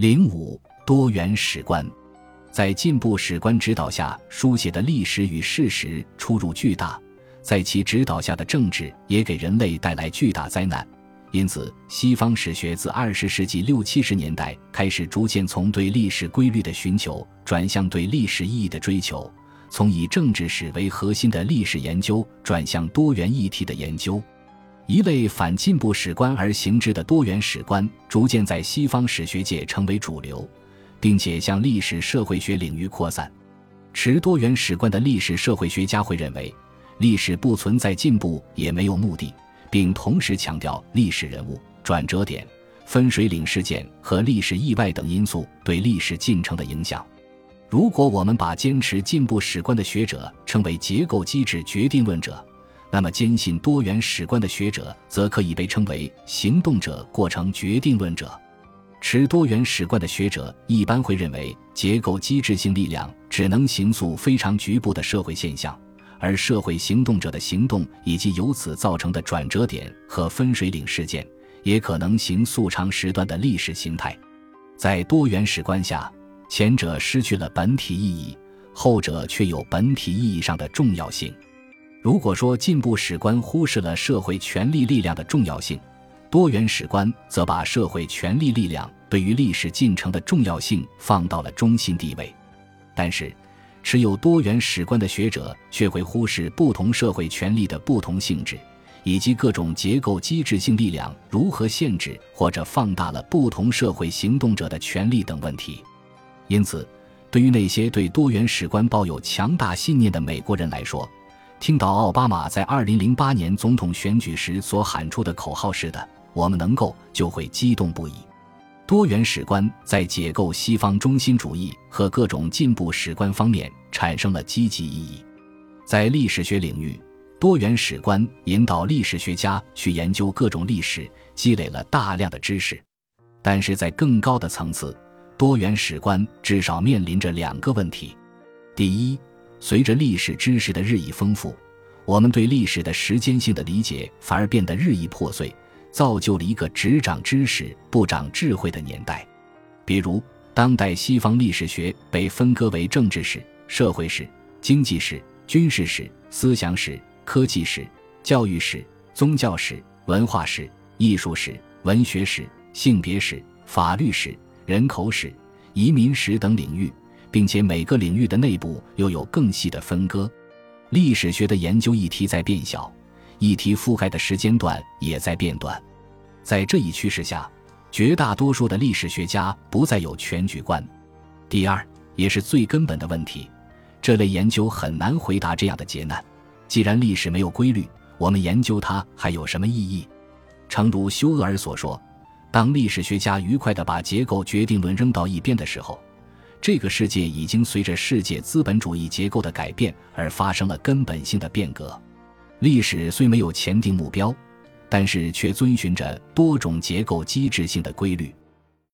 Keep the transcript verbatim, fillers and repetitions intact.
零五多元史观。在进步史观指导下书写的历史与事实出入巨大，在其指导下的政治也给人类带来巨大灾难。因此西方史学自二十世纪六七十年代开始逐渐从对历史规律的寻求转向对历史意义的追求，从以政治史为核心的历史研究转向多元议题的研究。一类反进步史观而行之的多元史观逐渐在西方史学界成为主流，并且向历史社会学领域扩散。持多元史观的历史社会学家会认为，历史不存在进步也没有目的，并同时强调历史人物、转折点、分水岭事件和历史意外等因素对历史进程的影响。如果我们把坚持进步史观的学者称为结构机制决定论者，那么坚信多元史观的学者则可以被称为行动者过程决定论者。持多元史观的学者一般会认为，结构机制性力量只能形塑非常局部的社会现象，而社会行动者的行动以及由此造成的转折点和分水岭事件，也可能形塑长时段的历史形态。在多元史观下，前者失去了本体意义，后者却有本体意义上的重要性。如果说进步史观忽视了社会权力力量的重要性，多元史观则把社会权力力量对于历史进程的重要性放到了中心地位。但是持有多元史观的学者却会忽视不同社会权力的不同性质，以及各种结构机制性力量如何限制或者放大了不同社会行动者的权利等问题。因此，对于那些对多元史观抱有强大信念的美国人来说，听到奥巴马在二零零八年总统选举时所喊出的口号是的，我们能够，就会激动不已。多元史观在解构西方中心主义和各种进步史观方面产生了积极意义。在历史学领域，多元史观引导历史学家去研究各种历史，积累了大量的知识。但是在更高的层次，多元史观至少面临着两个问题。第一，随着历史知识的日益丰富，我们对历史的时间性的理解反而变得日益破碎，造就了一个只长知识不长智慧的年代。比如当代西方历史学被分割为政治史、社会史、经济史、军事史、思想史、科技史、教育史、宗教史、文化史、艺术史、文学史、性别史、法律史、人口史、移民史等领域，并且每个领域的内部又有更细的分割。历史学的研究议题在变小，议题覆盖的时间段也在变短。在这一趋势下，绝大多数的历史学家不再有全局观。第二，也是最根本的问题，这类研究很难回答这样的劫难：既然历史没有规律，我们研究它还有什么意义？诚如休厄尔所说，当历史学家愉快地把结构决定论扔到一边的时候，这个世界已经随着世界资本主义结构的改变而发生了根本性的变革。历史虽没有前定目标，但是却遵循着多种结构机制性的规律。